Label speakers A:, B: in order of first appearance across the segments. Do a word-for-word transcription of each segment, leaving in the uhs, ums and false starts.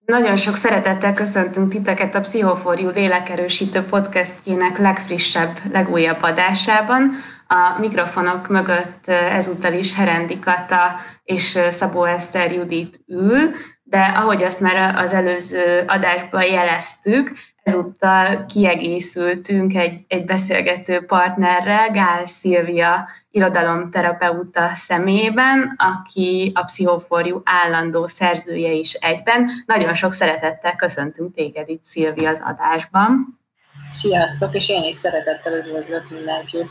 A: Nagyon sok szeretettel köszöntünk titeket a Pszichoforjú lélekerősítő podcastjének legfrissebb, legújabb adásában. A mikrofonok mögött ezúttal is Herendi Kata és Szabó Eszter Judit ül, de ahogy azt már az előző adásban jeleztük, ezúttal kiegészültünk egy, egy beszélgető partnerrel, Gál Szilvia irodalomterapeuta személyében, aki a Pszichoforjú állandó szerzője is egyben. Nagyon sok szeretettel köszöntünk téged itt, Szilvia, az adásban.
B: Sziasztok, és én is szeretettel üdvözlök mindenkit.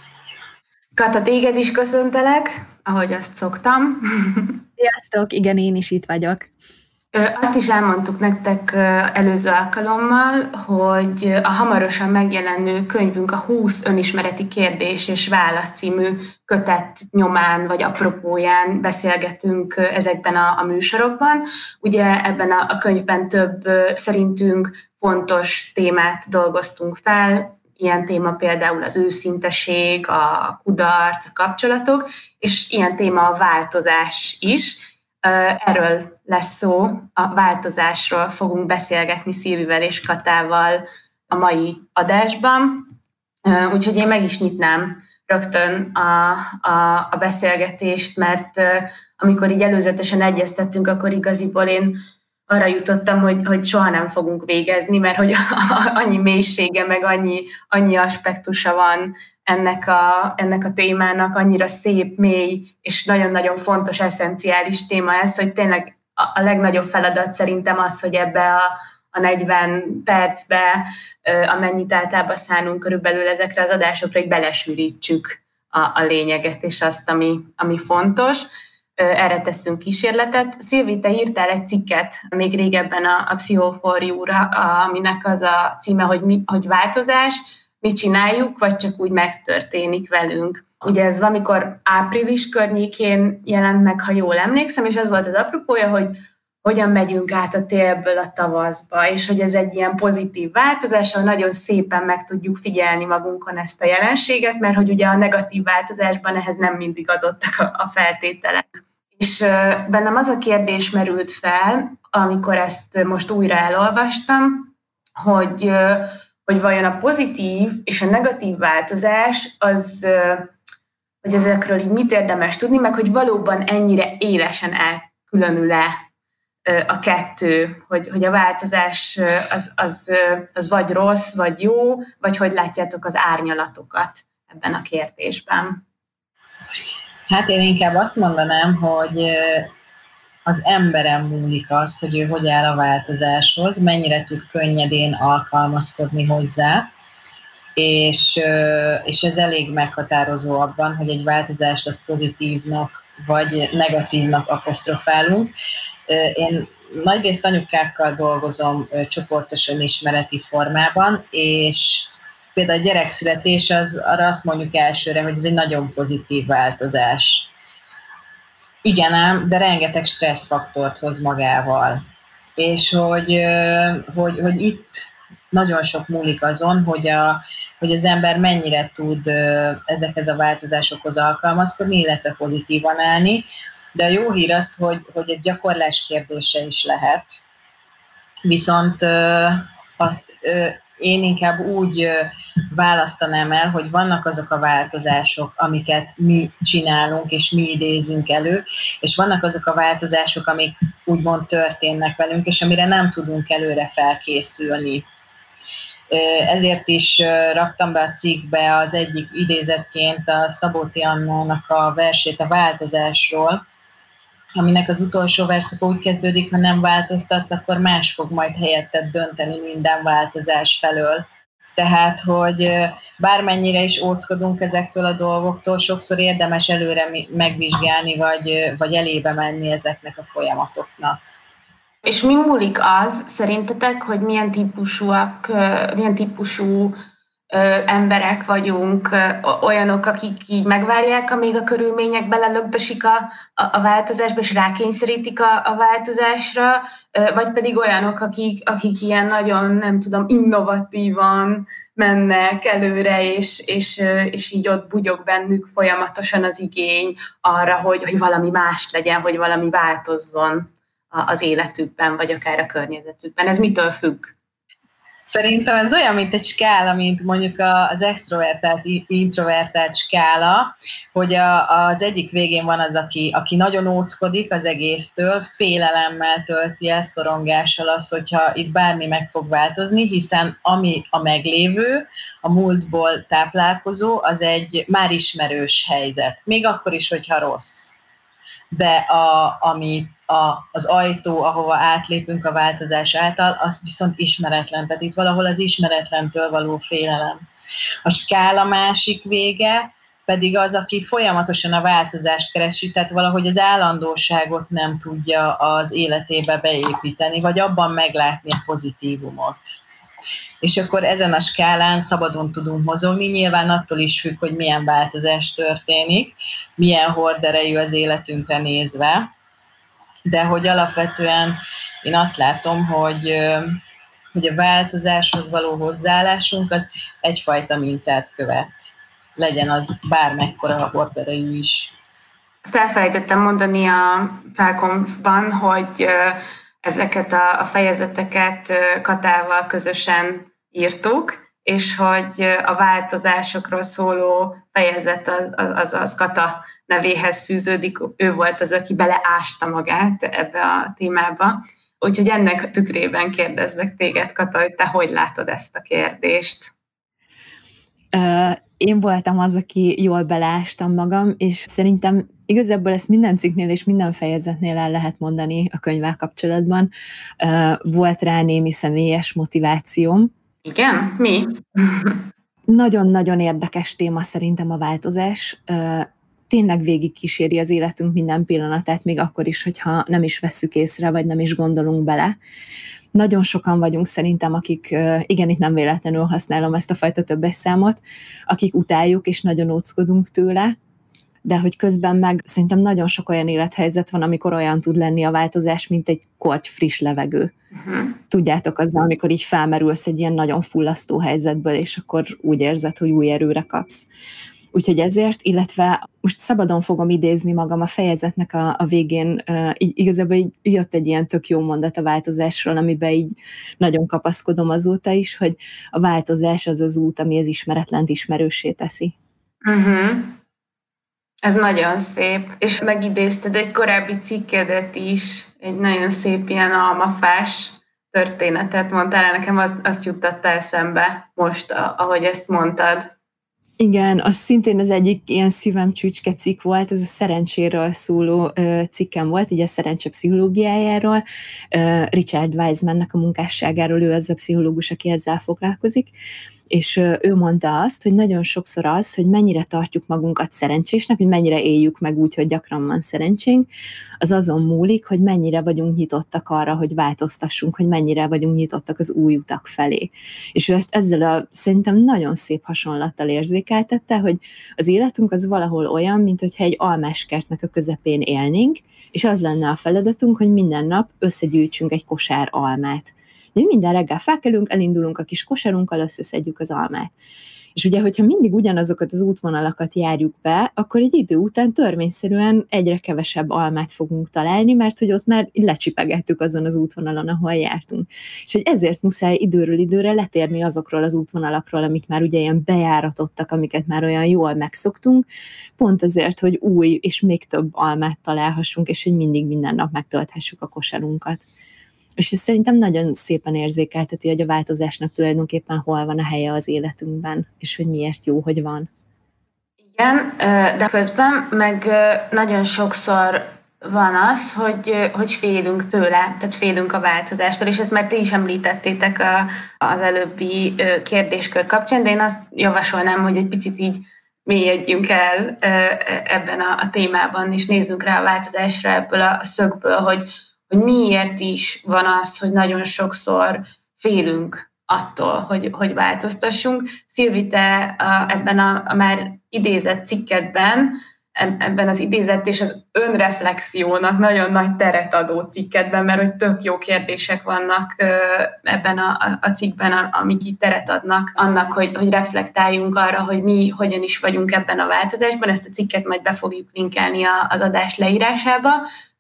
A: Kata, téged is köszöntelek, ahogy azt szoktam.
C: Sziasztok, igen, én is itt vagyok.
A: Azt is elmondtuk nektek előző alkalommal, hogy a hamarosan megjelenő könyvünk a húsz önismereti kérdés és válasz című kötet nyomán vagy apropóján beszélgetünk ezekben a, a műsorokban. Ugye ebben a, a könyvben több szerintünk fontos témát dolgoztunk fel, ilyen téma például az őszinteség, a kudarc, a kapcsolatok, és ilyen téma a változás is. Erről lesz szó, a változásról fogunk beszélgetni Szilvivel és Katával a mai adásban. Úgyhogy én meg is nyitnám rögtön a, a, a beszélgetést, mert amikor így előzetesen egyeztettünk, akkor igaziból én arra jutottam, hogy, hogy soha nem fogunk végezni, mert hogy annyi mélysége, meg annyi, annyi aspektusa van ennek a, ennek a témának, annyira szép, mély, és nagyon-nagyon fontos, eszenciális téma ez, hogy tényleg a, a legnagyobb feladat szerintem az, hogy ebbe a, a negyven percbe, amennyit általában szánunk körülbelül ezekre az adásokra, hogy belesűrítsük a, a lényeget, és azt, ami, ami fontos. Erre teszünk kísérletet. Szilvi, te írtál egy cikket még régebben a, a Pszichoforjúra, aminek az a címe, hogy, mi, hogy változás, mit csináljuk, vagy csak úgy megtörténik velünk. Ugye ez valamikor április környékén jelent meg, ha jól emlékszem, és az volt az apropója, hogy hogyan megyünk át a télből a tavaszba, és hogy ez egy ilyen pozitív változás, ahol nagyon szépen meg tudjuk figyelni magunkon ezt a jelenséget, mert hogy ugye a negatív változásban ehhez nem mindig adottak a, a feltételek. És bennem az a kérdés merült fel, amikor ezt most újra elolvastam, hogy hogy vajon a pozitív és a negatív változás, az, hogy ezekről így mit érdemes tudni, meg hogy valóban ennyire élesen elkülönül-e a kettő, hogy, hogy a változás az, az, az vagy rossz, vagy jó, vagy hogy látjátok az árnyalatokat ebben a kérdésben?
B: Hát én inkább azt mondanám, hogy az emberen múlik az, hogy ő hogy áll a változáshoz, mennyire tud könnyedén alkalmazkodni hozzá, és, és ez elég meghatározó abban, hogy egy változást az pozitívnak vagy negatívnak apostrofálunk. Én nagyrészt anyukákkal dolgozom csoportos önismereti formában, és például a gyerekszületés, az, arra azt mondjuk elsőre, hogy ez egy nagyon pozitív változás. Igen ám, de rengeteg stresszfaktort hoz magával. És hogy, hogy, hogy itt nagyon sok múlik azon, hogy, a, hogy az ember mennyire tud ezekhez a változásokhoz alkalmazkodni, illetve pozitívan állni. De a jó hír az, hogy, hogy ez gyakorlás kérdése is lehet. Viszont azt én inkább úgy választanám el, hogy vannak azok a változások, amiket mi csinálunk, és mi idézünk elő, és vannak azok a változások, amik úgymond történnek velünk, és amire nem tudunk előre felkészülni. Ezért is raktam be a cikkbe az egyik idézetként a Szabóti Annának a versét a változásról, aminek az utolsó verszak úgy kezdődik, ha nem változtatsz, akkor más fog majd helyetted dönteni minden változás felől. Tehát, hogy bármennyire is óckodunk ezektől a dolgoktól, sokszor érdemes előre megvizsgálni, vagy, vagy elébe menni ezeknek a folyamatoknak.
A: És mi múlik az, szerintetek, hogy milyen típusúak, milyen típusú ö, emberek vagyunk, ö, olyanok, akik így megvárják, amíg a körülmények belelögdösik a, a, a változásba, és rákényszerítik a, a változásra, ö, vagy pedig olyanok, akik, akik ilyen nagyon, nem tudom, innovatívan mennek előre, és, és, és így ott bugyog bennük folyamatosan az igény arra, hogy, hogy valami más legyen, hogy valami változzon az életükben, vagy akár a környezetükben. Ez mitől függ?
B: Szerintem ez olyan, mint egy skála, mint mondjuk az extrovertált, introvertált skála, hogy a, az egyik végén van az, aki, aki nagyon óckodik az egésztől, félelemmel tölti el, szorongással az, hogyha itt bármi meg fog változni, hiszen ami a meglévő, a múltból táplálkozó, az egy már ismerős helyzet. Még akkor is, hogyha rossz. De a, ami a, az ajtó, ahova átlépünk a változás által, az viszont ismeretlen. Tehát itt valahol az ismeretlentől való félelem. A skála másik vége pedig az, aki folyamatosan a változást keresi, tehát valahogy az állandóságot nem tudja az életébe beépíteni, vagy abban meglátni a pozitívumot. És akkor ezen a skálán szabadon tudunk mozogni, nyilván attól is függ, hogy milyen változás történik, milyen horderejű az életünkre nézve, de hogy alapvetően én azt látom, hogy, hogy a változáshoz való hozzáállásunk az egyfajta mintát követ, legyen az bármekkora horderejű is.
A: Azt elfelejtettem mondani a Felkonfban, hogy ezeket a fejezeteket Katával közösen írtuk, és hogy a változásokról szóló fejezet az, az, az Kata nevéhez fűződik. Ő volt az, aki beleásta magát ebbe a témába. Úgyhogy ennek tükrében kérdezlek téged, Kata, hogy te hogy látod ezt a kérdést?
C: Én voltam az, aki jól beleástam magam, és szerintem igazából ezt minden cikknél és minden fejezetnél el lehet mondani a könyvvel kapcsolatban. Volt rá némi személyes motivációm.
A: Igen? Mi?
C: Nagyon-nagyon érdekes téma szerintem a változás. Tényleg végig kíséri az életünk minden pillanatát, még akkor is, hogyha nem is vesszük észre, vagy nem is gondolunk bele. Nagyon sokan vagyunk szerintem, akik, igen, itt nem véletlenül használom ezt a fajta többes számot, akik utáljuk és nagyon óckodunk tőle, de hogy közben meg szerintem nagyon sok olyan élethelyzet van, amikor olyan tud lenni a változás, mint egy korty friss levegő. Uh-huh. Tudjátok, azzal, amikor így felmerülsz egy ilyen nagyon fullasztó helyzetből, és akkor úgy érzed, hogy új erőre kapsz. Úgyhogy ezért, illetve most szabadon fogom idézni magam a fejezetnek a, a végén, uh, így, igazából így jött egy ilyen tök jó mondat a változásról, amiben így nagyon kapaszkodom azóta is, hogy a változás az az út, ami az ismeretlent ismerőssé teszi.
A: Uh-huh. Ez nagyon szép, és megidézted egy korábbi cikkedet is, egy nagyon szép ilyen almafás történetet mondtál el, nekem azt, azt juttatta eszembe most, ahogy ezt mondtad.
C: Igen, az szintén az egyik ilyen szívem csücske cikk volt, ez a szerencséről szóló ö, cikkem volt, ugye a szerencse pszichológiájáról, ö, Richard Wisemannek a munkásságáról, ő az a pszichológus, aki ezzel foglalkozik, és ö, ő mondta azt, hogy nagyon sokszor az, hogy mennyire tartjuk magunkat szerencsésnek, hogy mennyire éljük meg úgy, hogy gyakran van szerencsénk, az azon múlik, hogy mennyire vagyunk nyitottak arra, hogy változtassunk, hogy mennyire vagyunk nyitottak az új utak felé. És ő ezt ezzel a szerintem nagyon szép hasonlattal érzékeltette, hogy az életünk az valahol olyan, mint hogyha egy almáskertnek a közepén élnénk, és az lenne a feladatunk, hogy minden nap összegyűjtsünk egy kosár almát. De minden reggel felkelünk, elindulunk a kis kosarunkkal, összeszedjük az almát. És ugye, hogyha mindig ugyanazokat az útvonalakat járjuk be, akkor egy idő után törvényszerűen egyre kevesebb almát fogunk találni, mert hogy ott már lecsipegettük azon az útvonalon, ahol jártunk. És hogy ezért muszáj időről időre letérni azokról az útvonalakról, amik már ugye ilyen bejáratottak, amiket már olyan jól megszoktunk, pont azért, hogy új és még több almát találhassunk, és hogy mindig minden nap megtölthessük a kosarunkat. És ez szerintem nagyon szépen érzékelteti, hogy a változásnak tulajdonképpen hol van a helye az életünkben, és hogy miért jó, hogy van.
A: Igen, de közben meg nagyon sokszor van az, hogy, hogy félünk tőle, tehát félünk a változástól, és ezt már ti is említettétek a, az előbbi kérdéskör kapcsán, de én azt javasolnám, hogy egy picit így mélyedjünk el ebben a, a témában, és nézzünk rá a változásra ebből a szögből, hogy hogy miért is van az, hogy nagyon sokszor félünk attól, hogy, hogy változtassunk. Szilvi, te a, ebben a, a már idézett cikkedben, ebben az idézett és az önreflexiónak nagyon nagy teret adó cikkedben, mert hogy tök jó kérdések vannak ebben a, a cikkben, amik itt teret adnak annak, hogy, hogy reflektáljunk arra, hogy mi hogyan is vagyunk ebben a változásban. Ezt a cikket majd be fogjuk linkelni az adás leírásába.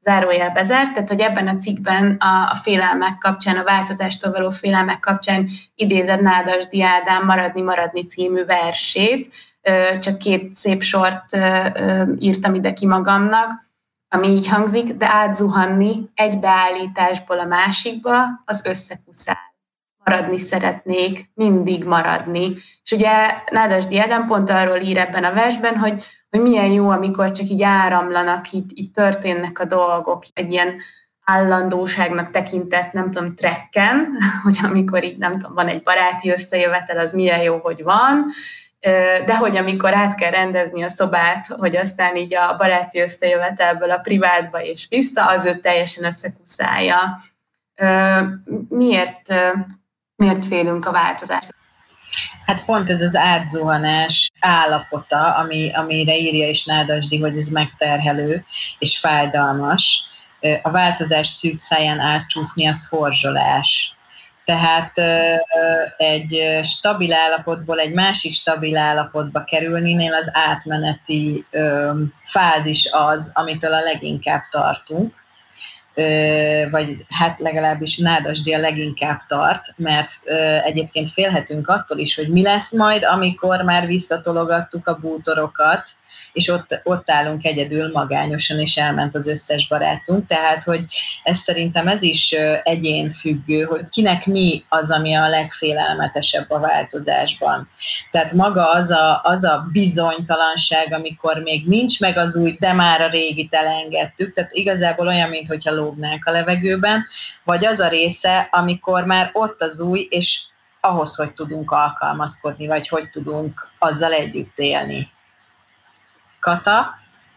A: zárójel bezárt, tehát hogy ebben a cikkben a, a félelmek kapcsán, a változástól való félelmek kapcsán idézed Nádasdy Ádám Maradni, maradni című versét, csak két szép sort írtam ide ki magamnak, ami így hangzik, de átzuhanni egy beállításból a másikba, az összekuszál. Maradni szeretnék, mindig maradni. És ugye Nádasdy Ádám pont arról ír ebben a versben, hogy, hogy milyen jó, amikor csak így áramlanak, így, így történnek a dolgok, egy ilyen állandóságnak tekintett, nem tudom, trekken, hogy amikor így, nem tudom, van egy baráti összejövetel, az milyen jó, hogy van, de hogy amikor át kell rendezni a szobát, hogy aztán így a baráti összejövetelből a privátba és vissza, az őt teljesen összekuszálja. Miért, miért félünk a változást?
B: Hát pont ez az átzuhanás állapota, ami, amire írja is Nádasdy, hogy ez megterhelő és fájdalmas. A változás szűk száján átcsúszni, az horzsolás. Tehát egy stabil állapotból egy másik stabil állapotba kerülnél az átmeneti fázis az, amitől a leginkább tartunk, vagy hát legalábbis Nádasdy a leginkább tart, mert egyébként félhetünk attól is, hogy mi lesz majd, amikor már visszatologattuk a bútorokat, és ott, ott állunk egyedül magányosan, és elment az összes barátunk. Tehát, hogy ez szerintem ez is egyénfüggő, hogy kinek mi az, ami a legfélelmetesebb a változásban. Tehát maga az a, az a bizonytalanság, amikor még nincs meg az új, de már a régit elengedtük, tehát igazából olyan, mintha lógnánk a levegőben, vagy az a része, amikor már ott az új, és ahhoz, hogy tudunk alkalmazkodni, vagy hogy tudunk azzal együtt élni. Kata?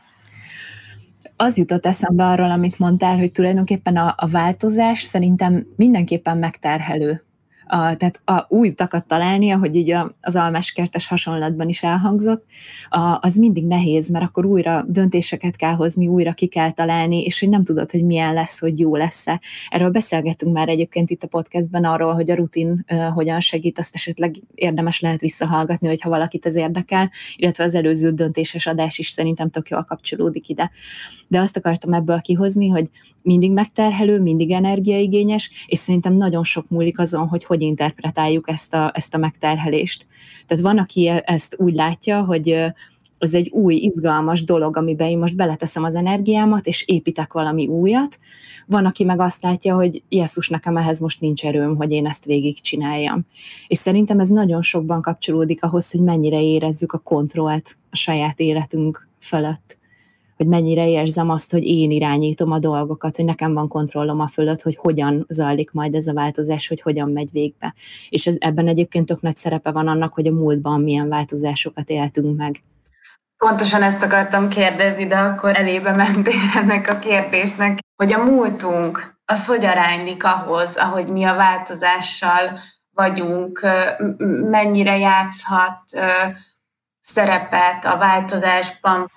C: Az jutott eszembe arról, amit mondtál, hogy tulajdonképpen a, a változás szerintem mindenképpen megterhelő. A, tehát a új utakat találni, ahogy így a, az almáskertes hasonlatban is elhangzott, a, az mindig nehéz, mert akkor újra döntéseket kell hozni, újra ki kell találni, és hogy nem tudod, hogy milyen lesz, hogy jó lesz-e. Erről beszélgettünk már egyébként itt a podcastben arról, hogy a rutin uh, hogyan segít, azt esetleg érdemes lehet visszahallgatni, hogyha valakit ez érdekel, illetve az előző döntéses adás is szerintem tök jól kapcsolódik ide. De azt akartam ebből kihozni, hogy mindig megterhelő, mindig energiaigényes, és szerintem nagyon sok múlik azon, hogy hogy interpretáljuk ezt a, ezt a megterhelést. Tehát van, aki ezt úgy látja, hogy ez egy új, izgalmas dolog, amiben én most beleteszem az energiámat, és építek valami újat. Van, aki meg azt látja, hogy Jesszus, nekem ehhez most nincs erőm, hogy én ezt végigcsináljam. És szerintem ez nagyon sokban kapcsolódik ahhoz, hogy mennyire érezzük a kontrollt a saját életünk fölött. Hogy mennyire érzem azt, hogy én irányítom a dolgokat, hogy nekem van kontrollom a fölött, hogy hogyan zajlik majd ez a változás, hogy hogyan megy végbe. És ez, ebben egyébként tök nagy szerepe van annak, hogy a múltban milyen változásokat éltünk meg.
A: Pontosan ezt akartam kérdezni, de akkor elébe mentél ennek a kérdésnek, hogy a múltunk az hogy aránylik ahhoz, ahogy mi a változással vagyunk, mennyire játszhat szerepet a változásban.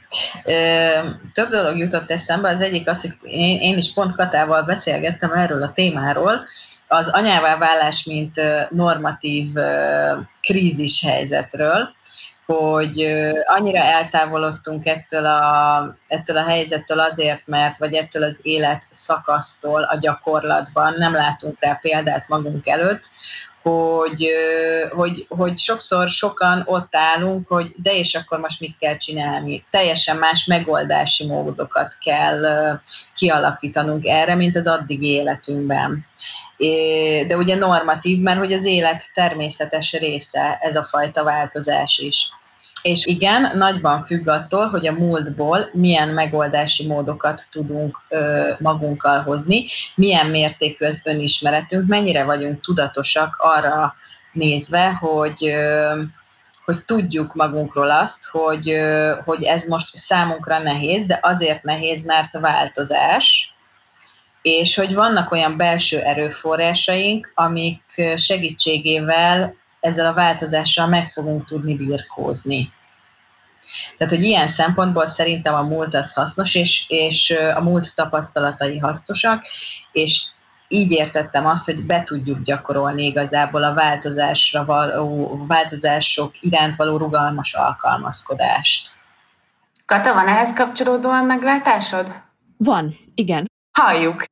B: Több dolog jutott eszembe, az egyik az, hogy én, én is pont Katával beszélgettem erről a témáról, az anyává válás, mint normatív krízis helyzetről, hogy annyira eltávolodtunk ettől a, ettől a helyzettől azért, mert, vagy ettől az élet szakasztól a gyakorlatban nem látunk rá példát magunk előtt, Hogy, hogy, hogy sokszor sokan ott állunk, hogy de és akkor most mit kell csinálni. Teljesen más megoldási módokat kell kialakítanunk erre, mint az addigi életünkben. De ugye normatív, mert hogy az élet természetes része ez a fajta változás is. És igen, nagyban függ attól, hogy a múltból milyen megoldási módokat tudunk ö, magunkkal hozni, milyen mértékű az önismeretünk, mennyire vagyunk tudatosak arra nézve, hogy, ö, hogy tudjuk magunkról azt, hogy, ö, hogy ez most számunkra nehéz, de azért nehéz, mert változás, és hogy vannak olyan belső erőforrásaink, amik segítségével ezzel a változással meg fogunk tudni birkózni. Tehát, hogy ilyen szempontból szerintem a múlt az hasznos, és, és a múlt tapasztalatai hasznosak, és így értettem azt, hogy be tudjuk gyakorolni igazából a változásra való, változások iránt való rugalmas alkalmazkodást.
A: Kata, van ehhez kapcsolódóan meglátásod?
C: Van, igen.
A: Halljuk!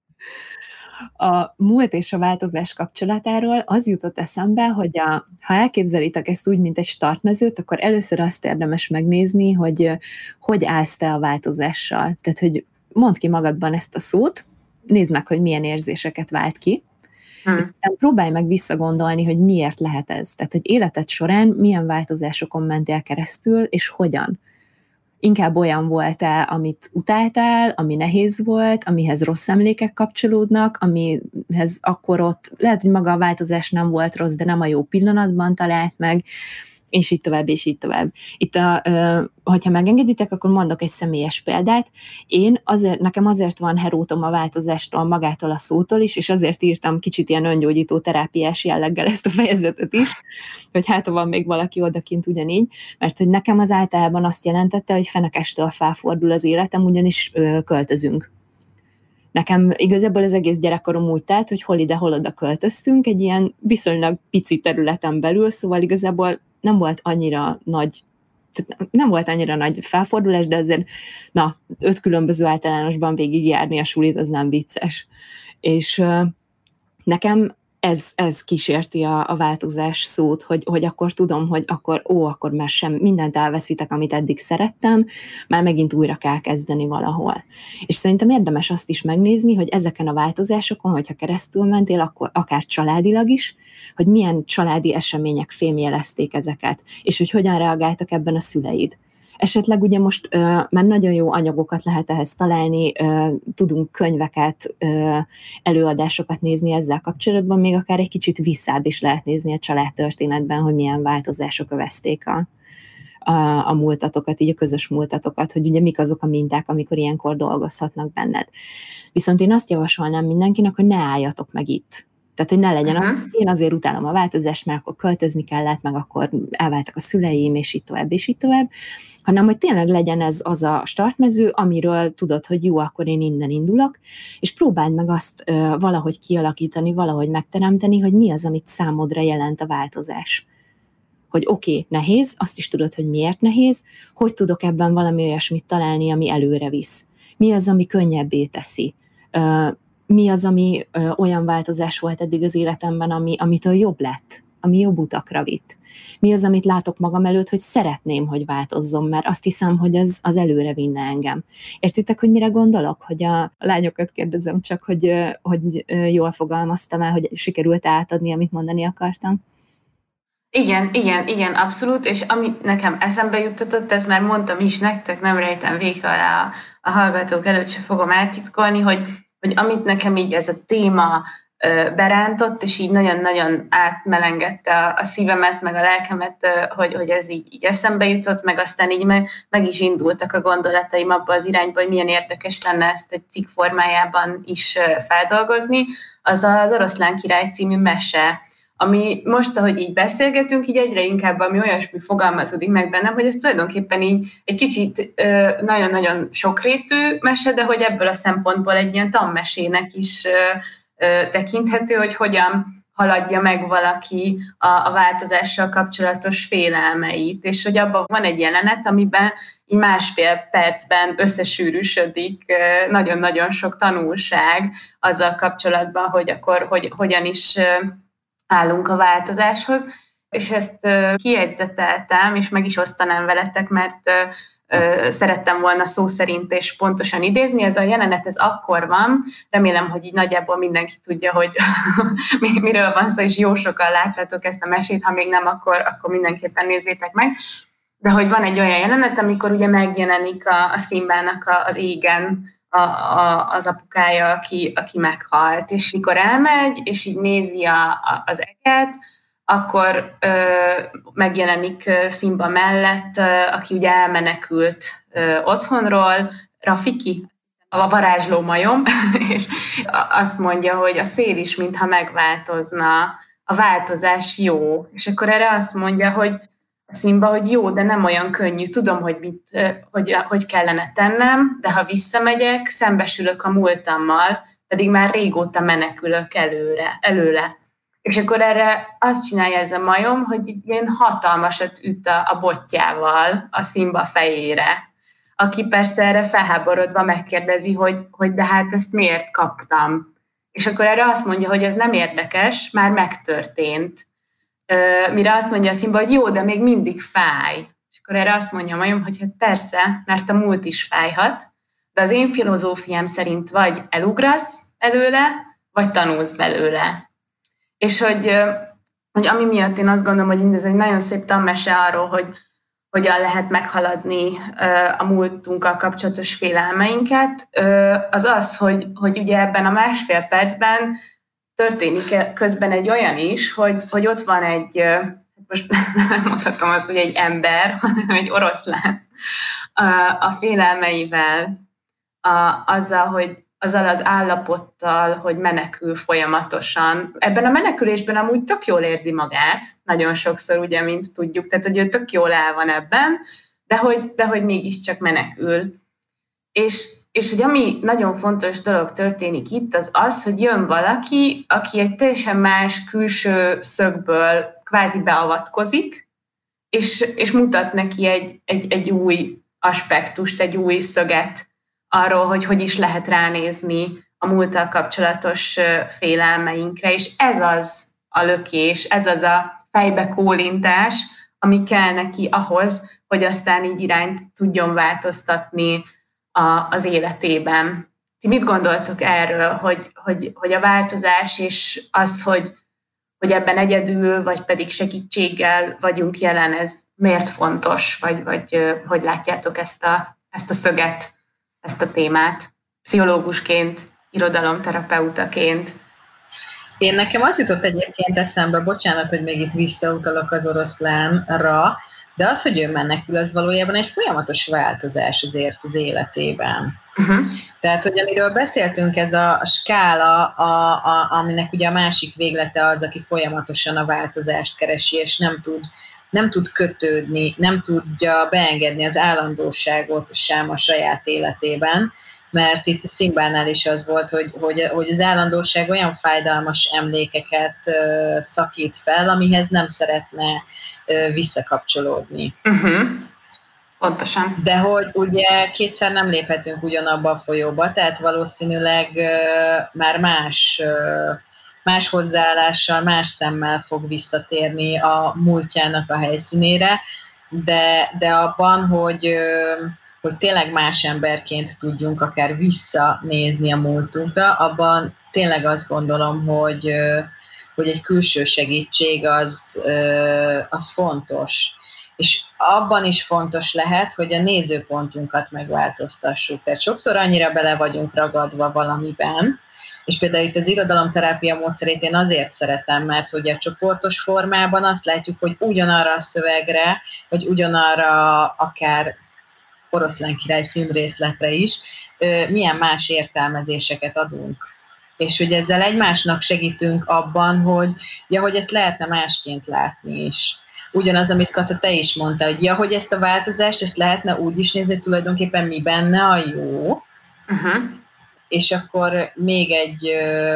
C: A múlt és a változás kapcsolatáról az jutott eszembe, hogy a, ha elképzelitek ezt úgy, mint egy startmezőt, akkor először azt érdemes megnézni, hogy hogy állsz te a változással. Tehát, hogy mondd ki magadban ezt a szót, nézd meg, hogy milyen érzéseket vált ki, hmm. és aztán próbálj meg visszagondolni, hogy miért lehet ez. Tehát, hogy életed során milyen változásokon mentél keresztül, és hogyan. Inkább olyan volt-e, amit utáltál, ami nehéz volt, amihez rossz emlékek kapcsolódnak, amihez akkor ott, lehet, hogy maga a változás nem volt rossz, de nem a jó pillanatban talált meg, és így tovább, és így tovább. Itt, a, hogyha megengeditek, akkor mondok egy személyes példát. Én azért, nekem azért van herótom a változástól, magától a szótól is, és azért írtam kicsit ilyen öngyógyító terápiás jelleggel ezt a fejezetet is, hogy hát van még valaki odakint ugyanígy, mert hogy nekem az általában azt jelentette, hogy fenekestől felfordul az életem, ugyanis ö, költözünk. Nekem igazából az egész gyerekkorom úgy telt, hogy hol ide, hol oda költöztünk, egy ilyen viszonylag pici területen belül, szóval igazából nem volt annyira nagy, tehát nem volt annyira nagy felfordulás, de azért, na, öt különböző általánosban végigjárni a sulit, az nem vicces. És uh, nekem ez, ez kísérti a, a változás szót, hogy, hogy akkor tudom, hogy akkor, ó, akkor már sem mindent elveszítek, amit eddig szerettem, már megint újra kell kezdeni valahol. És szerintem érdemes azt is megnézni, hogy ezeken a változásokon, hogyha keresztül mentél, akkor akár családilag is, hogy milyen családi események fémjelezték ezeket, és hogy hogyan reagáltak ebben a szüleid. Esetleg ugye most uh, már nagyon jó anyagokat lehet ehhez találni, uh, tudunk könyveket, uh, előadásokat nézni ezzel kapcsolatban, még akár egy kicsit visszább is lehet nézni a családtörténetben, hogy milyen változások övezték a, a, a múltatokat, így a közös múltatokat, hogy ugye mik azok a minták, amikor ilyenkor dolgozhatnak benned. Viszont én azt javasolnám mindenkinek, hogy ne álljatok meg itt. Tehát, hogy ne legyen az, uh-huh. én azért utálom a változást, mert akkor költözni kellett, meg akkor elváltak a szüleim, és így tovább, és így tovább, hanem, hogy tényleg legyen ez az a startmező, amiről tudod, hogy jó, akkor én innen indulok, és próbáld meg azt ö, valahogy kialakítani, valahogy megteremteni, hogy mi az, amit számodra jelent a változás. Hogy oké, okay, nehéz, azt is tudod, hogy miért nehéz, hogy tudok ebben valami olyasmit találni, ami előre visz. Mi az, ami könnyebbé teszi. Ö, mi az, ami ö, olyan változás volt eddig az életemben, ami, amitől jobb lett, ami jobb utakra vitt. Mi az, amit látok magam előtt, hogy szeretném, hogy változzon, mert azt hiszem, hogy az, az előre vinne engem. Értitek, hogy mire gondolok? Hogy a, a lányokat kérdezem csak, hogy, hogy jól fogalmaztam el, hogy sikerült átadni, amit mondani akartam.
A: Igen, igen, igen, abszolút, és ami nekem eszembe juttatott, ezt már mondtam is nektek, nem rejtem végig alá a, a hallgatók előtt, se fogom eltitkolni, hogy, hogy amit nekem így ez a téma berántott, és így nagyon-nagyon átmelengette a, a szívemet, meg a lelkemet, hogy, hogy ez így, így eszembe jutott, meg aztán így meg, meg is indultak a gondolataim abba az irányba, hogy milyen érdekes lenne ezt egy cikk formájában is feldolgozni, az az Oroszlán király című mese, ami most, ahogy így beszélgetünk, így egyre inkább ami olyasmi fogalmazódik meg bennem, hogy ez tulajdonképpen így egy kicsit nagyon-nagyon sokrétű mese, de hogy ebből a szempontból egy ilyen tanmesének is tekinthető, hogy hogyan haladja meg valaki a, a változással kapcsolatos félelmeit, és hogy abban van egy jelenet, amiben így másfél percben összesűrűsödik nagyon-nagyon sok tanulság azzal kapcsolatban, hogy akkor hogy, hogyan is állunk a változáshoz, és ezt kijegyzeteltem, és meg is osztanám veletek, mert szerettem volna szó szerint és pontosan idézni. Ez a jelenet, ez akkor van, remélem, hogy így nagyjából mindenki tudja, hogy miről van szó, és jó sokan láttátok ezt a mesét, ha még nem, akkor, akkor mindenképpen nézzétek meg. De hogy van egy olyan jelenet, amikor ugye megjelenik a, a Szimbának az égen a, a, az apukája, aki, aki meghalt, és mikor elmegy, és így nézi a, a, az eget, akkor ö, megjelenik Szimba mellett, ö, aki ugye elmenekült ö, otthonról, Rafiki, a varázsló majom, és azt mondja, hogy a szél is mintha megváltozna, a változás jó. És akkor erre azt mondja, hogy Szimba, hogy jó, de nem olyan könnyű, tudom, hogy, mit, hogy, hogy kellene tennem, de ha visszamegyek, szembesülök a múltammal, pedig már régóta menekülök előre, előle. És akkor erre azt csinálja ez a majom, hogy ilyen hatalmasat üt a, a botjával a Szimba fejére, aki persze erre felháborodva megkérdezi, hogy, hogy de hát ezt miért kaptam. És akkor erre azt mondja, hogy ez nem érdekes, már megtörtént. Mire azt mondja a Szimba, hogy jó, de még mindig fáj. És akkor erre azt mondja a majom, hogy hát persze, mert a múlt is fájhat, de az én filozófiám szerint vagy elugrasz előle, vagy tanulsz belőle. És hogy, hogy ami miatt én azt gondolom, hogy ez egy nagyon szép tanmese arról, hogy hogyan lehet meghaladni a múltunkkal kapcsolatos félelmeinket, az az, hogy, hogy ugye ebben a másfél percben történik közben egy olyan is, hogy, hogy ott van egy, most nem mondhatom azt, hogy egy ember, hanem egy oroszlán a, a félelmeivel, a, azzal, hogy azzal az állapottal, hogy menekül folyamatosan. Ebben a menekülésben amúgy tök jól érzi magát, nagyon sokszor, ugye, mint tudjuk, tehát, hogy ő tök jól el van ebben, de hogy, de hogy mégiscsak menekül. És, és hogy ami nagyon fontos dolog történik itt, az az, hogy jön valaki, aki egy teljesen más külső szögből kvázi beavatkozik, és, és mutat neki egy, egy, egy új aspektust, egy új szöget arról, hogy hogy is lehet ránézni a múlttal kapcsolatos félelmeinkre, és ez az a lökés, ez az a fejbekólintás, ami kell neki ahhoz, hogy aztán így irányt tudjon változtatni a, az életében. Ti mit gondoltok erről, hogy, hogy, hogy a változás és az, hogy, hogy ebben egyedül, vagy pedig segítséggel vagyunk jelen, ez miért fontos, vagy, vagy hogy látjátok ezt a, ezt a szöget, ezt a témát, pszichológusként, irodalomterapeutaként?
B: Én nekem az jutott egyébként eszembe, bocsánat, hogy még itt visszautalok az oroszlánra, de az, hogy ő menekül, az valójában egy folyamatos változás azért az életében. Uh-huh. Tehát, hogy amiről beszéltünk, ez a skála, a, a, aminek ugye a másik véglete az, aki folyamatosan a változást keresi, és nem tud, nem tud kötődni, nem tudja beengedni az állandóságot sem a saját életében, mert itt a Szimbánál is az volt, hogy, hogy, hogy az állandóság olyan fájdalmas emlékeket uh, szakít fel, amihez nem szeretne uh, visszakapcsolódni.
A: Uh-huh. Pontosan.
B: De hogy ugye kétszer nem léphetünk ugyanabba a folyóba, tehát valószínűleg uh, már más, uh, más hozzáállással, más szemmel fog visszatérni a múltjának a helyszínére, de, de abban, hogy uh, hogy tényleg más emberként tudjunk akár visszanézni a múltunkra, abban tényleg azt gondolom, hogy, hogy egy külső segítség az, az fontos. És abban is fontos lehet, hogy a nézőpontunkat megváltoztassuk. Tehát sokszor annyira bele vagyunk ragadva valamiben, és például itt az irodalomterápia módszerét én azért szeretem, mert hogy a csoportos formában azt látjuk, hogy ugyanarra a szövegre, vagy ugyanarra akár Oroszlán király filmrészletre is, milyen más értelmezéseket adunk. És hogy ezzel egymásnak segítünk abban, hogy ja, hogy ezt lehetne másként látni is. Ugyanaz, amit Kata, te is mondtál, hogy ja, hogy ezt a változást, ezt lehetne úgy is nézni, hogy tulajdonképpen mi benne a jó. Uh-huh. És akkor még egy...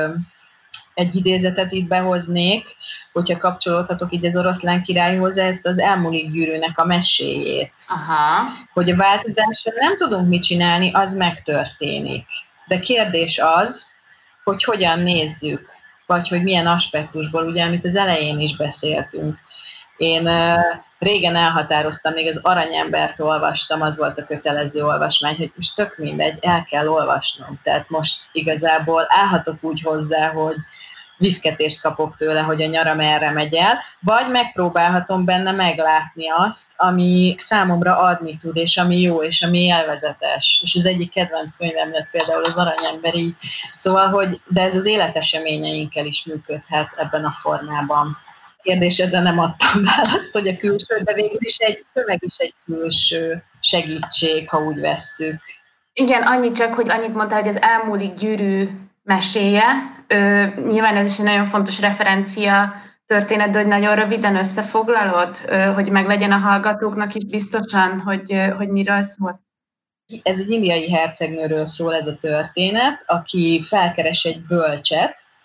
B: egy idézetet itt behoznék, hogyha kapcsolódhatok így az Oroszlán királyhoz, ezt az Elmúlik gyűrűnek a meséjét.
A: Aha.
B: Hogy a változással nem tudunk mit csinálni, az megtörténik. De kérdés az, hogy hogyan nézzük, vagy hogy milyen aspektusból, ugye, amit az elején is beszéltünk. Én uh, régen elhatároztam, még az Aranyembert olvastam, az volt a kötelező olvasmány, hogy most tök mindegy, el kell olvasnom. Tehát most igazából állhatok úgy hozzá, hogy viszketést kapok tőle, hogy a nyaram erre megy el, vagy megpróbálhatom benne meglátni azt, ami számomra adni tud, és ami jó, és ami élvezetes. És az egyik kedvenc könyvem lett például az Aranyember így. Szóval, hogy de ez az életeseményeinkkel is működhet ebben a formában. Kérdésedre nem adtam választ, hogy a külső, de végül is egy szöveg is egy külső segítség, ha úgy vesszük.
A: Igen, annyit csak, hogy annyit mondta, hogy az Elmúlik gyűrű meséje. Ö, nyilván ez is egy nagyon fontos referencia történet, de hogy nagyon röviden összefoglalod, ö, hogy meglegyen a hallgatóknak is biztosan, hogy, hogy miről szól.
B: Ez egy indiai hercegnőről szól ez a történet, aki felkeres egy bölcset,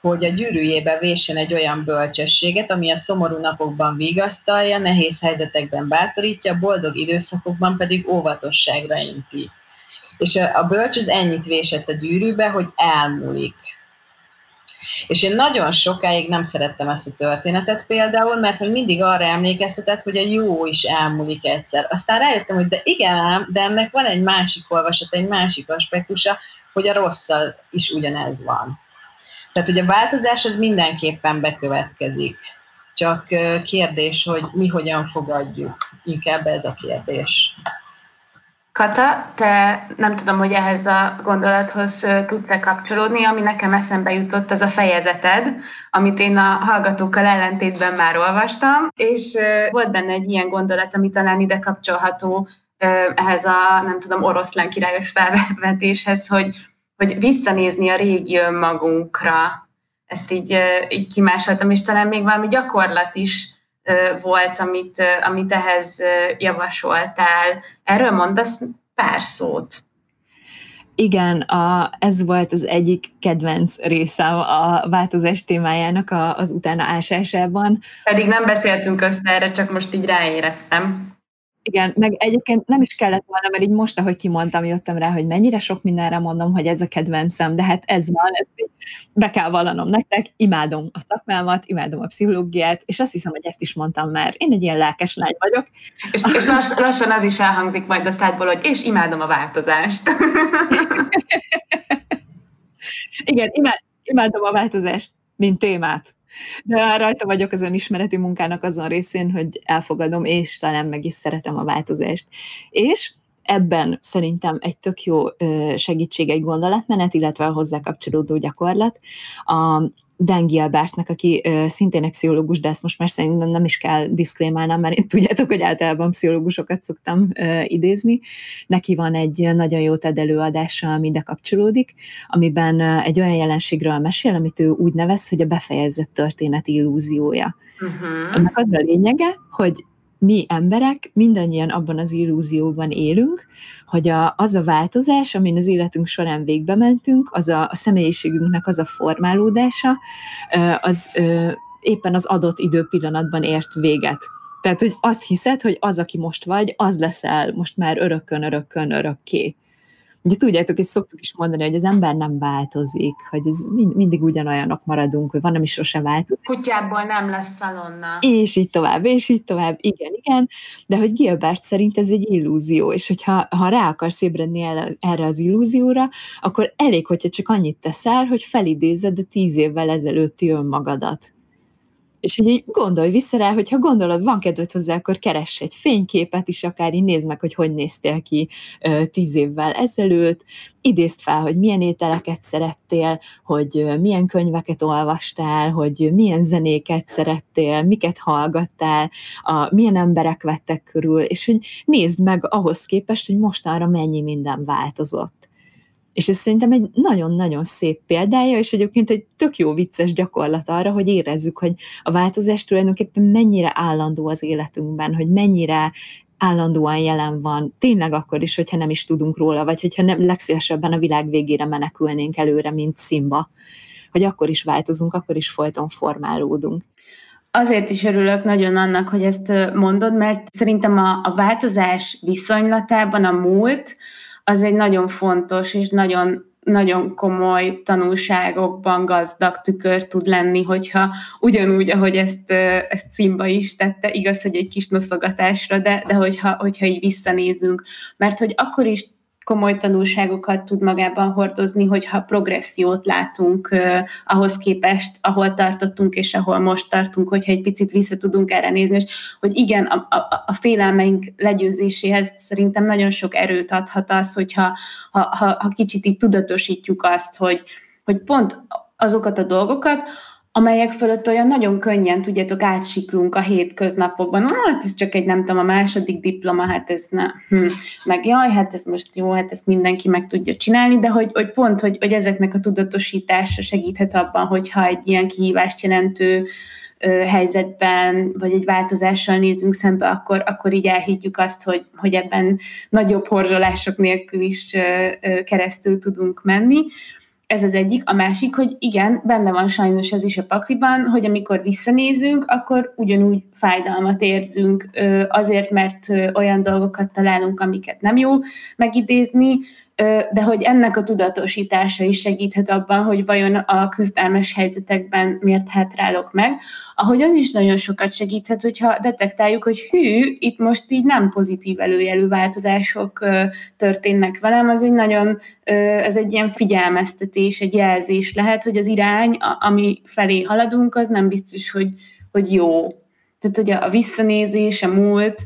B: hogy a gyűrűjébe véssen egy olyan bölcsességet, ami a szomorú napokban vigasztalja, nehéz helyzetekben bátorítja, boldog időszakokban pedig óvatosságra inti. És a bölcs az ennyit vésett a gyűrűbe, hogy elmúlik. És én nagyon sokáig nem szerettem ezt a történetet például, mert hogy mindig arra emlékeztetett, hogy a jó is elmúlik egyszer. Aztán rájöttem, hogy de igen, de ennek van egy másik olvasat, egy másik aspektusa, hogy a rosszal is ugyanez van. Tehát, hogy a változás az mindenképpen bekövetkezik. Csak kérdés, hogy mi hogyan fogadjuk. Inkább ez a kérdés.
A: Kata, te nem tudom, hogy ehhez a gondolathoz tudsz-e kapcsolódni, ami nekem eszembe jutott, az a fejezeted, amit én a hallgatókkal ellentétben már olvastam, és volt benne egy ilyen gondolat, ami talán ide kapcsolható ehhez a, nem tudom, oroszlán királyos felvetéshez, hogy, hogy visszanézni a régi önmagunkra. Ezt így, így kimásoltam, és talán még valami gyakorlat is volt, amit, amit ehhez javasoltál. Erről mondasz pár szót?
C: Igen, a, ez volt az egyik kedvenc részem a változás témájának a, az utána ásásában.
A: Pedig nem beszéltünk össze erre, csak most így ráéreztem.
C: Igen, meg egyébként nem is kellett volna, mert így most, ahogy kimondtam, jöttem rá, hogy mennyire sok mindenre mondom, hogy ez a kedvencem, de hát ez van, ezt be kell vallanom nektek, imádom a szakmámat, imádom a pszichológiát, és azt hiszem, hogy ezt is mondtam már, én egy ilyen lelkes lány vagyok.
A: És, és lass, lassan az is elhangzik majd a szádból, hogy és imádom a változást.
C: Igen, imád, imádom a változást, mint témát. De rajta vagyok az önismereti munkának azon részén, hogy elfogadom, és talán meg is szeretem a változást. És ebben szerintem egy tök jó segítség egy gondolatmenet, illetve a hozzá kapcsolódó gyakorlat. A Dan Gilbertnek, aki uh, szintén egy pszichológus, de ezt most már szerintem nem is kell diszklémálnom, mert én tudjátok, hogy általában pszichológusokat szoktam uh, idézni. Neki van egy nagyon jó TED előadása, ami ide kapcsolódik, amiben uh, egy olyan jelenségről mesél, amit ő úgy nevez, hogy a befejezett történet illúziója. Uh-huh. Ennek az a lényege, hogy mi emberek mindannyian abban az illúzióban élünk, hogy a, az a változás, amin az életünk során végbe mentünk, az a, a személyiségünknek az a formálódása, az éppen az adott időpillanatban ért véget. Tehát, hogy azt hiszed, hogy az, aki most vagy, az leszel most már örökkön, örökkön, örökké. Ugye tudjátok, és szoktuk is mondani, hogy az ember nem változik, hogy ez mind, mindig ugyanolyanok maradunk, hogy van, ami sosem változik.
A: Kutyából nem lesz szalonna.
C: És így tovább, és így tovább, igen, igen, de hogy Gilbert szerint ez egy illúzió, és hogyha ha rá akarsz ébredni el, erre az illúzióra, akkor elég, hogyha csak annyit teszel, hogy felidézed a tíz évvel ezelőtti önmagadat. És hogy így gondolj vissza rá, hogyha gondolod, van kedved hozzá, akkor keress egy fényképet is, akár így nézd meg, hogy hogy néztél ki uh, tíz évvel ezelőtt, idézd fel, hogy milyen ételeket szerettél, hogy uh, milyen könyveket olvastál, hogy milyen zenéket szerettél, miket hallgattál, a, milyen emberek vettek körül, és hogy nézd meg ahhoz képest, hogy mostanra mennyi minden változott. És ez szerintem egy nagyon-nagyon szép példája, és egyébként egy tök jó vicces gyakorlat arra, hogy érezzük, hogy a változás tulajdonképpen mennyire állandó az életünkben, hogy mennyire állandóan jelen van, tényleg akkor is, hogyha nem is tudunk róla, vagy hogyha nem legszívesebben a világ végére menekülnénk előre, mint Simba, hogy akkor is változunk, akkor is folyton formálódunk.
A: Azért is örülök nagyon annak, hogy ezt mondod, mert szerintem a, a változás viszonylatában a múlt, az egy nagyon fontos és nagyon, nagyon komoly tanulságokban gazdag tükör tud lenni, hogyha ugyanúgy, ahogy ezt, ezt Simba is tette, igaz, hogy egy kis noszogatásra, de, de hogyha, hogyha így visszanézünk, mert hogy akkor is komoly tanulságokat tud magában hordozni, hogyha progressziót látunk uh, ahhoz képest, ahol tartottunk, és ahol most tartunk, hogyha egy picit vissza tudunk erre nézni, és hogy igen, a, a, a félelmeink legyőzéséhez szerintem nagyon sok erőt adhat az, hogyha ha, ha, ha kicsit így tudatosítjuk azt, hogy, hogy pont azokat a dolgokat, amelyek fölött olyan nagyon könnyen, tudjátok, átsiklunk a hétköznapokban. Hát ez csak egy, nem tudom, a második diploma, hát ez ne, hm. meg jaj, hát ez most jó, hát ezt mindenki meg tudja csinálni, de hogy, hogy pont, hogy, hogy ezeknek a tudatosítása segíthet abban, hogyha egy ilyen kihívást jelentő ö, helyzetben, vagy egy változással nézünk szembe, akkor, akkor így elhiggyük azt, hogy, hogy ebben nagyobb horzsolások nélkül is ö, ö, keresztül tudunk menni. Ez az egyik. A másik, hogy igen, benne van sajnos ez is a pakliban, hogy amikor visszanézünk, akkor ugyanúgy fájdalmat érzünk azért, mert olyan dolgokat találunk, amiket nem jó megidézni, de hogy ennek a tudatosítása is segíthet abban, hogy vajon a küzdelmes helyzetekben miért hátrálok meg. Ahogy az is nagyon sokat segíthet, hogyha detektáljuk, hogy hű, itt most így nem pozitív előjelű változások történnek velem, az egy nagyon, ez egy ilyen figyelmeztetés, egy jelzés lehet, hogy az irány, ami felé haladunk, az nem biztos, hogy, hogy jó. Tehát, hogy a visszanézés, a múlt,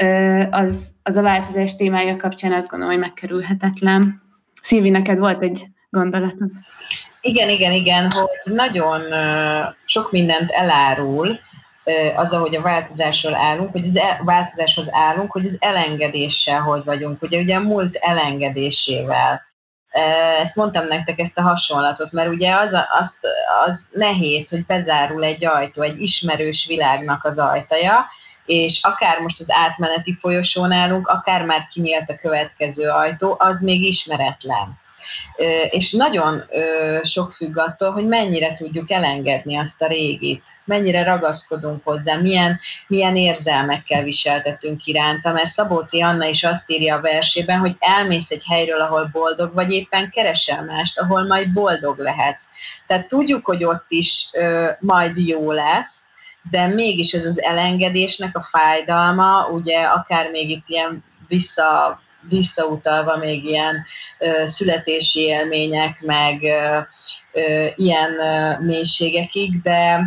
A: az, az a változás témája kapcsán azt gondolom, hogy megkerülhetetlen. Szilvi, neked volt egy gondolatod?
B: Igen, igen, igen, hogy nagyon sok mindent elárul az, ahogy a változásról állunk, hogy az el, változáshoz állunk, hogy az elengedéssel hogy vagyunk. Ugye, ugye a múlt elengedésével. Ezt mondtam nektek, ezt a hasonlatot, mert ugye az, az, az nehéz, hogy bezárul egy ajtó, egy ismerős világnak az ajtaja, és akár most az átmeneti folyosón állunk, akár már kinyílt a következő ajtó, az még ismeretlen. És nagyon sok függ attól, hogy mennyire tudjuk elengedni azt a régit, mennyire ragaszkodunk hozzá, milyen, milyen érzelmekkel viseltetünk iránta, mert Szabóti Anna is azt írja a versében, hogy elmész egy helyről, ahol boldog vagy, éppen keresel mást, ahol majd boldog lehetsz. Tehát tudjuk, hogy ott is majd jó lesz, de mégis ez az elengedésnek a fájdalma, ugye akár még itt ilyen vissza visszautalva még ilyen ö, születési élmények, meg ö, ö, ilyen ö, mélységekig, de,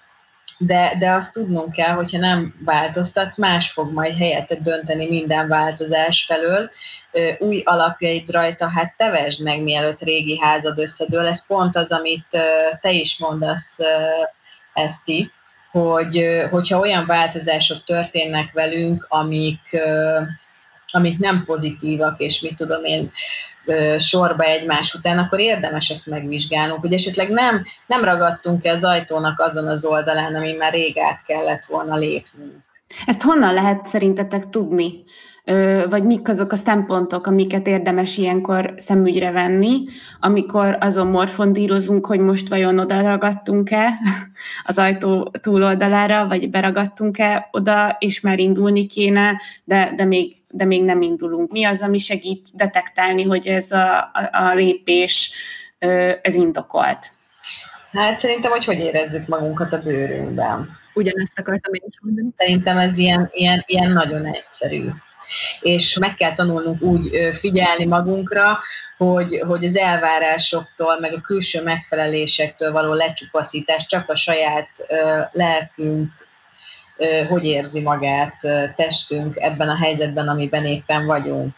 B: de, de azt tudnunk kell, hogyha nem változtatsz, más fog majd helyetted dönteni minden változás felől. Ö, új alapjaid rajta, hát tevesd meg, mielőtt régi házad összedől. Ez pont az, amit ö, te is mondasz, ö, Eszti, hogy hogyha olyan változások történnek velünk, amik ö, amik nem pozitívak, és mit tudom én, sorba egymás után, akkor érdemes ezt megvizsgálnunk, hogy esetleg nem, nem ragadtunk-e az ajtónak azon az oldalán, ami már rég át kellett volna lépnünk.
A: Ezt honnan lehet szerintetek tudni? Vagy mik azok a szempontok, amiket érdemes ilyenkor szemügyre venni, amikor azon morfondírozunk, hogy most vajon oda ragadtunk-e az ajtó túloldalára, vagy beragadtunk-e oda, és már indulni kéne, de, de, még, de még nem indulunk. Mi az, ami segít detektálni, hogy ez a, a, a lépés ez indokolt?
B: Hát szerintem, hogy hogy érezzük magunkat a bőrünkben.
C: Ugyanezt akartam én is mondani.
B: Szerintem ez ilyen, ilyen, ilyen nagyon egyszerű. És meg kell tanulnunk úgy figyelni magunkra, hogy, hogy az elvárásoktól, meg a külső megfelelésektől való lecsupaszítás csak a saját lelkünk, hogy érzi magát testünk ebben a helyzetben, amiben éppen vagyunk.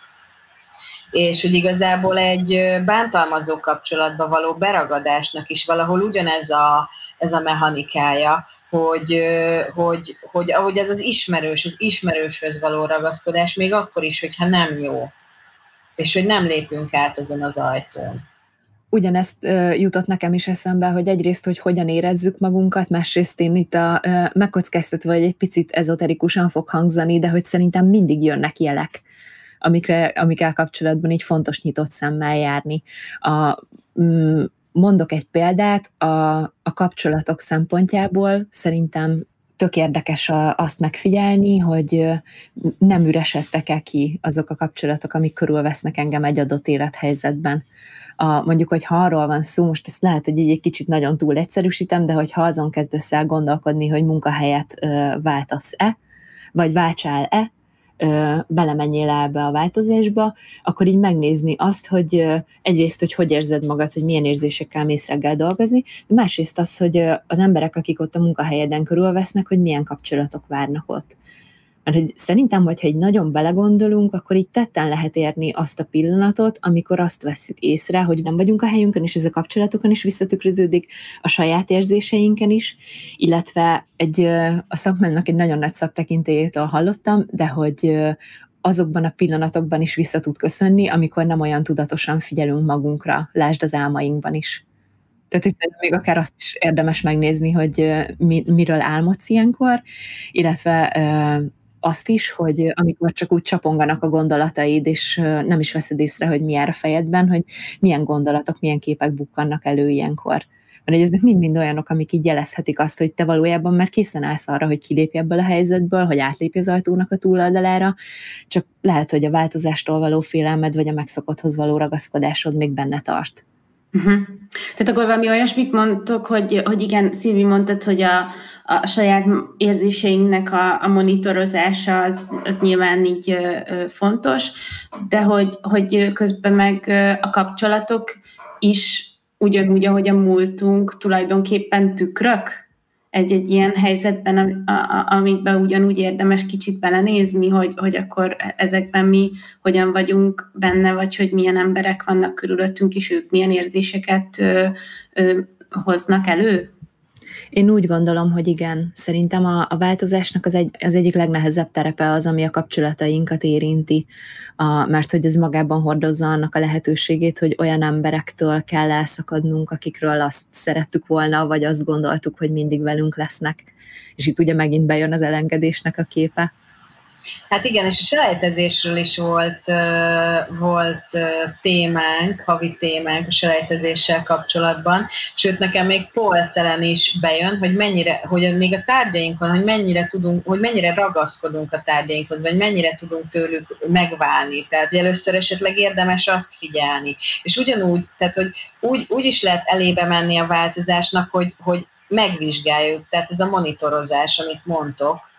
B: És hogy igazából egy bántalmazó kapcsolatba való beragadásnak is valahol ugyanez a, ez a mechanikája, hogy, hogy, hogy ahogy ez az ismerős, az ismerőshöz való ragaszkodás, még akkor is, hogyha nem jó, és hogy nem lépünk át azon az ajtón.
C: Ugyanezt uh, jutott nekem is eszembe, hogy egyrészt, hogy hogyan érezzük magunkat, másrészt én itt a uh, megkockáztatva, vagy egy picit ezoterikusan fog hangzani, de hogy szerintem mindig jönnek jelek, amikre, amikkel kapcsolatban így fontos nyitott szemmel járni. A, mm, mondok egy példát, a, a kapcsolatok szempontjából szerintem tök érdekes a, azt megfigyelni, hogy nem üresedtek-e ki azok a kapcsolatok, amik körülvesznek engem egy adott élethelyzetben. A, mondjuk, hogy ha arról van szó, most ezt lehet, hogy így egy kicsit nagyon túl egyszerűsítem, de hogyha azon kezdesz el gondolkodni, hogy munkahelyet ö, váltasz-e, vagy váltsál-e, belemenjél el ebbe a változásba, akkor így megnézni azt, hogy egyrészt, hogy hogy érzed magad, hogy milyen érzésekkel mész reggel dolgozni, de másrészt az, hogy az emberek, akik ott a munkahelyeden körülvesznek, hogy milyen kapcsolatok várnak ott. Mert hogy szerintem, hogyha így nagyon belegondolunk, akkor így tetten lehet érni azt a pillanatot, amikor azt vesszük észre, hogy nem vagyunk a helyünkön, és ez a kapcsolatokon is visszatükröződik, a saját érzéseinken is, illetve egy, a szakmának egy nagyon nagy szaktekintélyétől hallottam, de hogy azokban a pillanatokban is vissza tud köszönni, amikor nem olyan tudatosan figyelünk magunkra, lásd az álmainkban is. Tehát itt még akár azt is érdemes megnézni, hogy mi, miről álmodsz ilyenkor, illetve azt is, hogy amikor csak úgy csaponganak a gondolataid, és nem is veszed észre, hogy mi jár a fejedben, hogy milyen gondolatok, milyen képek bukkannak elő ilyenkor. Mert ezek mind-mind olyanok, amik így jelezhetik azt, hogy te valójában már készen állsz arra, hogy kilépj ebből a helyzetből, hogy átlépj az ajtónak a túloldalára, csak lehet, hogy a változástól való félelmed, vagy a megszokotthoz való ragaszkodásod még benne tart.
A: Uh-huh. Tehát akkor valami olyasmit mondtok, hogy, hogy igen, Szilvi, mondtad, hogy a, a saját érzéseinknek a, a monitorozása az, az nyilván így ö, ö, fontos, de hogy, hogy közben meg a kapcsolatok is ugyanúgy, ahogy a múltunk, tulajdonképpen tükrök egy-egy ilyen helyzetben, amikben ugyanúgy érdemes kicsit belenézni, hogy, hogy akkor ezekben mi hogyan vagyunk benne, vagy hogy milyen emberek vannak körülöttünk, és ők milyen érzéseket ö, ö, hoznak elő?
C: Én úgy gondolom, hogy igen. Szerintem a, a változásnak az, egy, az egyik legnehezebb terepe az, ami a kapcsolatainkat érinti, a, mert hogy ez magában hordozza annak a lehetőségét, hogy olyan emberektől kell elszakadnunk, akikről azt szerettük volna, vagy azt gondoltuk, hogy mindig velünk lesznek. És itt ugye megint bejön az elengedésnek a képe.
B: Hát igen, és a selejtezésről is volt, uh, volt uh, témánk, havi témánk a selejtezéssel kapcsolatban, sőt nekem még polcelen is bejön, hogy mennyire, hogy még a tárgyainkon, hogy mennyire tudunk, hogy mennyire ragaszkodunk a tárgyainkhoz, vagy mennyire tudunk tőlük megválni. Tehát először esetleg érdemes azt figyelni. És ugyanúgy, tehát hogy úgy, úgy is lehet elébe menni a változásnak, hogy, hogy megvizsgáljuk, tehát ez a monitorozás, amit mondtok,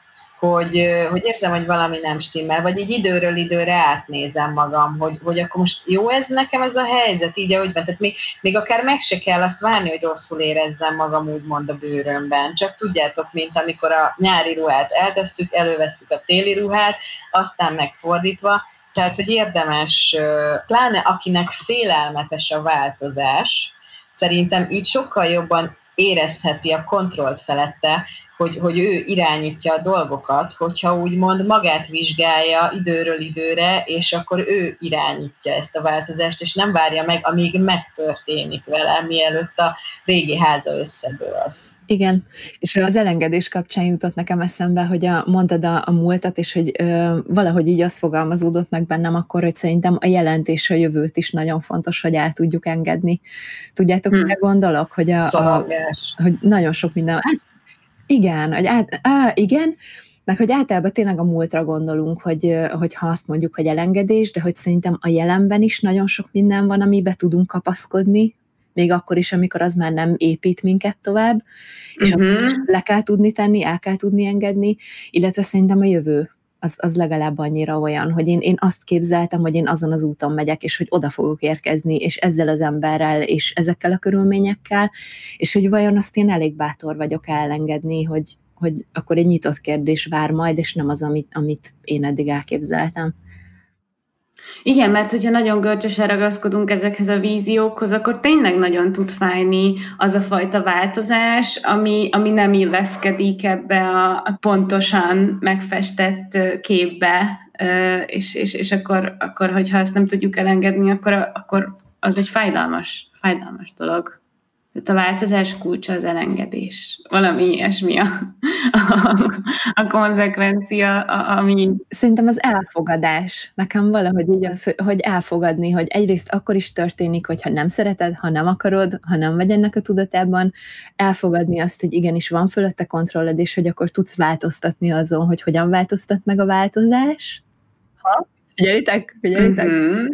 B: Hogy, hogy érzem, hogy valami nem stimmel, vagy így időről időre átnézem magam, hogy, hogy akkor most jó ez nekem ez a helyzet, így ahogy van. Tehát még, még akár meg se kell azt várni, hogy rosszul érezzem magam úgymond a bőrömben. Csak tudjátok, mint amikor a nyári ruhát eltesszük, elővesszük a téli ruhát, aztán megfordítva. Tehát, hogy érdemes, pláne akinek félelmetes a változás, szerintem így sokkal jobban érezheti a kontrollt felette, hogy, hogy ő irányítja a dolgokat, hogyha úgymond magát vizsgálja időről időre, és akkor ő irányítja ezt a változást, és nem várja meg, amíg megtörténik vele, mielőtt a régi háza összedől.
C: Igen, és az elengedés kapcsán jutott nekem eszembe, hogy a, mondtad a, a múltat, és hogy ö, valahogy így az fogalmazódott meg bennem akkor, hogy szerintem a jelent és a jövőt is nagyon fontos, hogy el tudjuk engedni. Tudjátok, hmm. mire gondolok? Hogy, a, a, hogy nagyon sok minden... Hát, igen, hogy át, á, igen, meg hogy általában tényleg a múltra gondolunk, hogy, hogy ha azt mondjuk, hogy elengedés, de hogy szerintem a jelenben is nagyon sok minden van, amibe tudunk kapaszkodni, még akkor is, amikor az már nem épít minket tovább, és uh-huh. azt is le kell tudni tenni, el kell tudni engedni, illetve szerintem a jövő az, az legalább annyira olyan, hogy én, én azt képzeltem, hogy én azon az úton megyek, és hogy oda fogok érkezni, és ezzel az emberrel, és ezekkel a körülményekkel, és hogy vajon azt én elég bátor vagyok elengedni, hogy, hogy akkor egy nyitott kérdés vár majd, és nem az, amit, amit én eddig elképzeltem.
A: Igen, mert hogyha nagyon görcsösen ragaszkodunk ezekhez a víziókhoz, akkor tényleg nagyon tud fájni az a fajta változás, ami, ami nem illeszkedik ebbe a, a pontosan megfestett képbe, és, és, és akkor, akkor, hogyha ezt nem tudjuk elengedni, akkor, akkor az egy fájdalmas, fájdalmas dolog. Tehát a változás kulcsa az elengedés. Valami ilyesmi a, a, a konzekvencia, a, ami...
C: Szerintem az elfogadás. Nekem valahogy így az, hogy elfogadni, hogy egyrészt akkor is történik, hogyha nem szereted, ha nem akarod, ha nem vagy ennek a tudatában, elfogadni azt, hogy igenis van fölötte kontrollod, és hogy akkor tudsz változtatni azon, hogy hogyan változtat meg a változás. Ha? Figyelitek? Figyelitek?
A: Mm-hmm.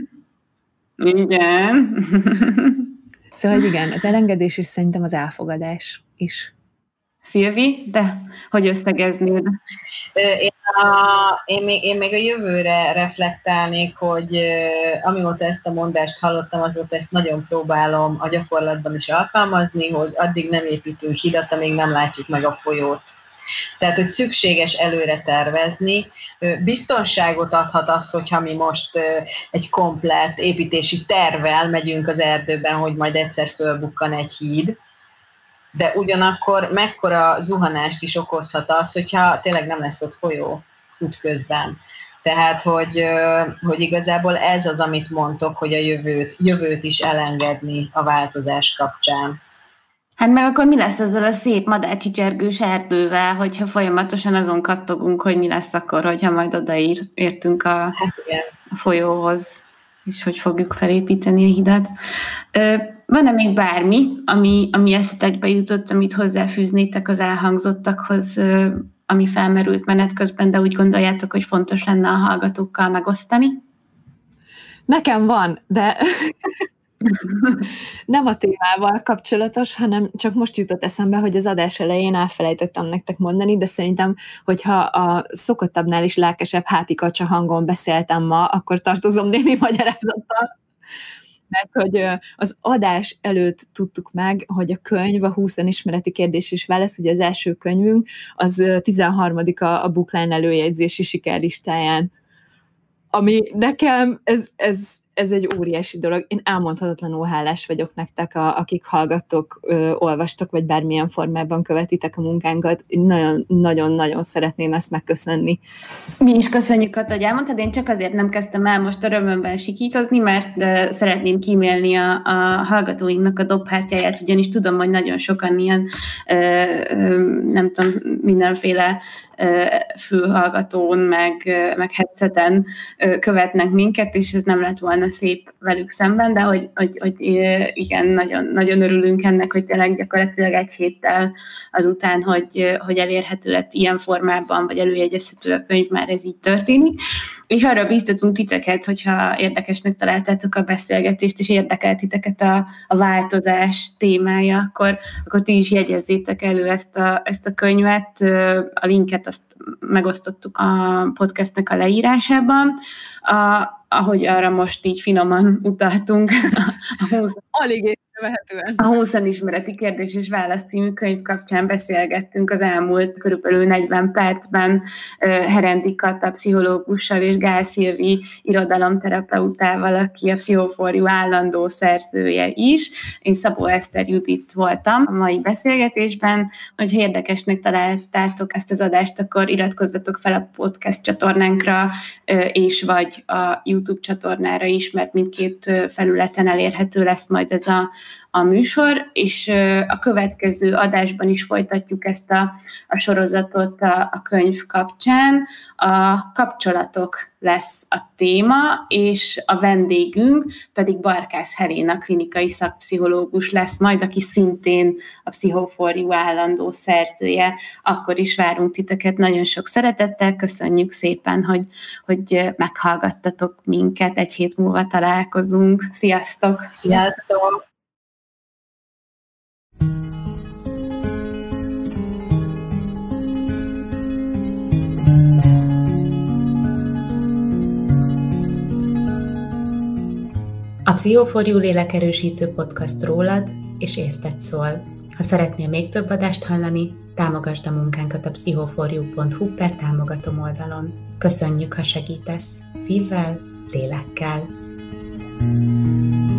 A: Igen.
C: Szóval, hogy igen, az elengedés is szerintem az elfogadás is.
A: Szilvi, de hogy összegeznéd?
B: Én, a, én, még, én még a jövőre reflektálnék, hogy amióta ezt a mondást hallottam, azóta ezt nagyon próbálom a gyakorlatban is alkalmazni, hogy addig nem építünk hidat, amíg nem látjuk meg a folyót. Tehát, hogy szükséges előre tervezni. Biztonságot adhat az, hogyha mi most egy komplett építési tervvel megyünk az erdőben, hogy majd egyszer fölbukkan egy híd, de ugyanakkor mekkora zuhanást is okozhat az, hogyha tényleg nem lesz ott folyó útközben. Tehát, hogy, hogy igazából ez az, amit mondtok, hogy a jövőt, jövőt is elengedni a változás kapcsán.
A: Hát meg akkor mi lesz ezzel a szép madárcsicsergős erdővel, hogyha folyamatosan azon kattogunk, hogy mi lesz akkor, hogyha majd odaértünk a, a folyóhoz, és hogy fogjuk felépíteni a hidat. Van-e még bármi, ami, ami eszetekbe jutott, amit hozzáfűznétek az elhangzottakhoz, ami felmerült menet közben, de úgy gondoljátok, hogy fontos lenne a hallgatókkal megosztani?
C: Nekem van, de nem a témával kapcsolatos, hanem csak most jutott eszembe, hogy az adás elején elfelejtettem nektek mondani, de szerintem, hogyha a szokottabbnál is lelkesebb hápikacsa hangon beszéltem ma, akkor tartozom némi magyarázattal. Mert hogy az adás előtt tudtuk meg, hogy a könyv, a húsz önismereti kérdés és válasz, ugye az első könyvünk, az tizenharmadik a, a Bookline előjegyzési sikerlistáján. Ami nekem, ez, ez, ez egy óriási dolog. Én elmondhatatlanul hálás vagyok nektek, a, akik hallgattok, ö, olvastok, vagy bármilyen formában követitek a munkánkat. Nagyon-nagyon szeretném ezt megköszönni.
A: Mi is köszönjük, Kata, hogy elmondtad. Én csak azért nem kezdtem el most a römömben sikítozni, mert uh, szeretném kímélni a, a hallgatóinknak a dobhártyáját, ugyanis tudom, hogy nagyon sokan ilyen, uh, uh, nem tudom, mindenféle fülhallgatón, meg, meg headseten követnek minket, és ez nem lett volna szép velük szemben, de hogy, hogy, hogy igen, nagyon, nagyon örülünk ennek, hogy tényleg gyakorlatilag egy héttel azután, hogy, hogy elérhető lett ilyen formában, vagy előjegyezhető a könyv, már ez így történik. És arra bíztatunk titeket, hogyha érdekesnek találtátok a beszélgetést, és érdekelt titeket a, a változás témája, akkor, akkor ti is jegyezzétek elő ezt a, ezt a könyvet. A linket azt megosztottuk a podcastnek a leírásában. A, ahogy arra most így finoman utaltunk, a húsz,
C: alig észrevehetően.
A: A húsz önismereti kérdés és válasz című könyv kapcsán beszélgettünk az elmúlt körülbelül negyven percben uh, Herendi Kata pszichológussal és Gál Szilvi irodalomterapeutával, aki a Psycho for You állandó szerzője is. Én Szabó Eszter Judit voltam a mai beszélgetésben. Hogyha érdekesnek találtátok ezt az adást, akkor iratkozzatok fel a podcast csatornánkra, uh, és vagy a YouTube csatornára is, mert mindkét felületen elérhető lesz majd ez a, a műsor, és a következő adásban is folytatjuk ezt a, a sorozatot a, a könyv kapcsán. A kapcsolatok lesz a téma, és a vendégünk pedig Barkász Heléna klinikai szakpszichológus lesz majd, aki szintén a Psycho for You állandó szerzője. Akkor is várunk titeket nagyon sok szeretettel, köszönjük szépen, hogy, hogy meghallgattatok minket, egy hét múlva találkozunk. Sziasztok!
B: Sziasztok!
A: A Psycho for You lélekerősítő podcast rólad és érted szól. Ha szeretnél még több adást hallani, támogasd a munkánkat a psychoforyu pont hu per támogatom oldalon. Köszönjük, ha segítesz szívvel, lélekkel.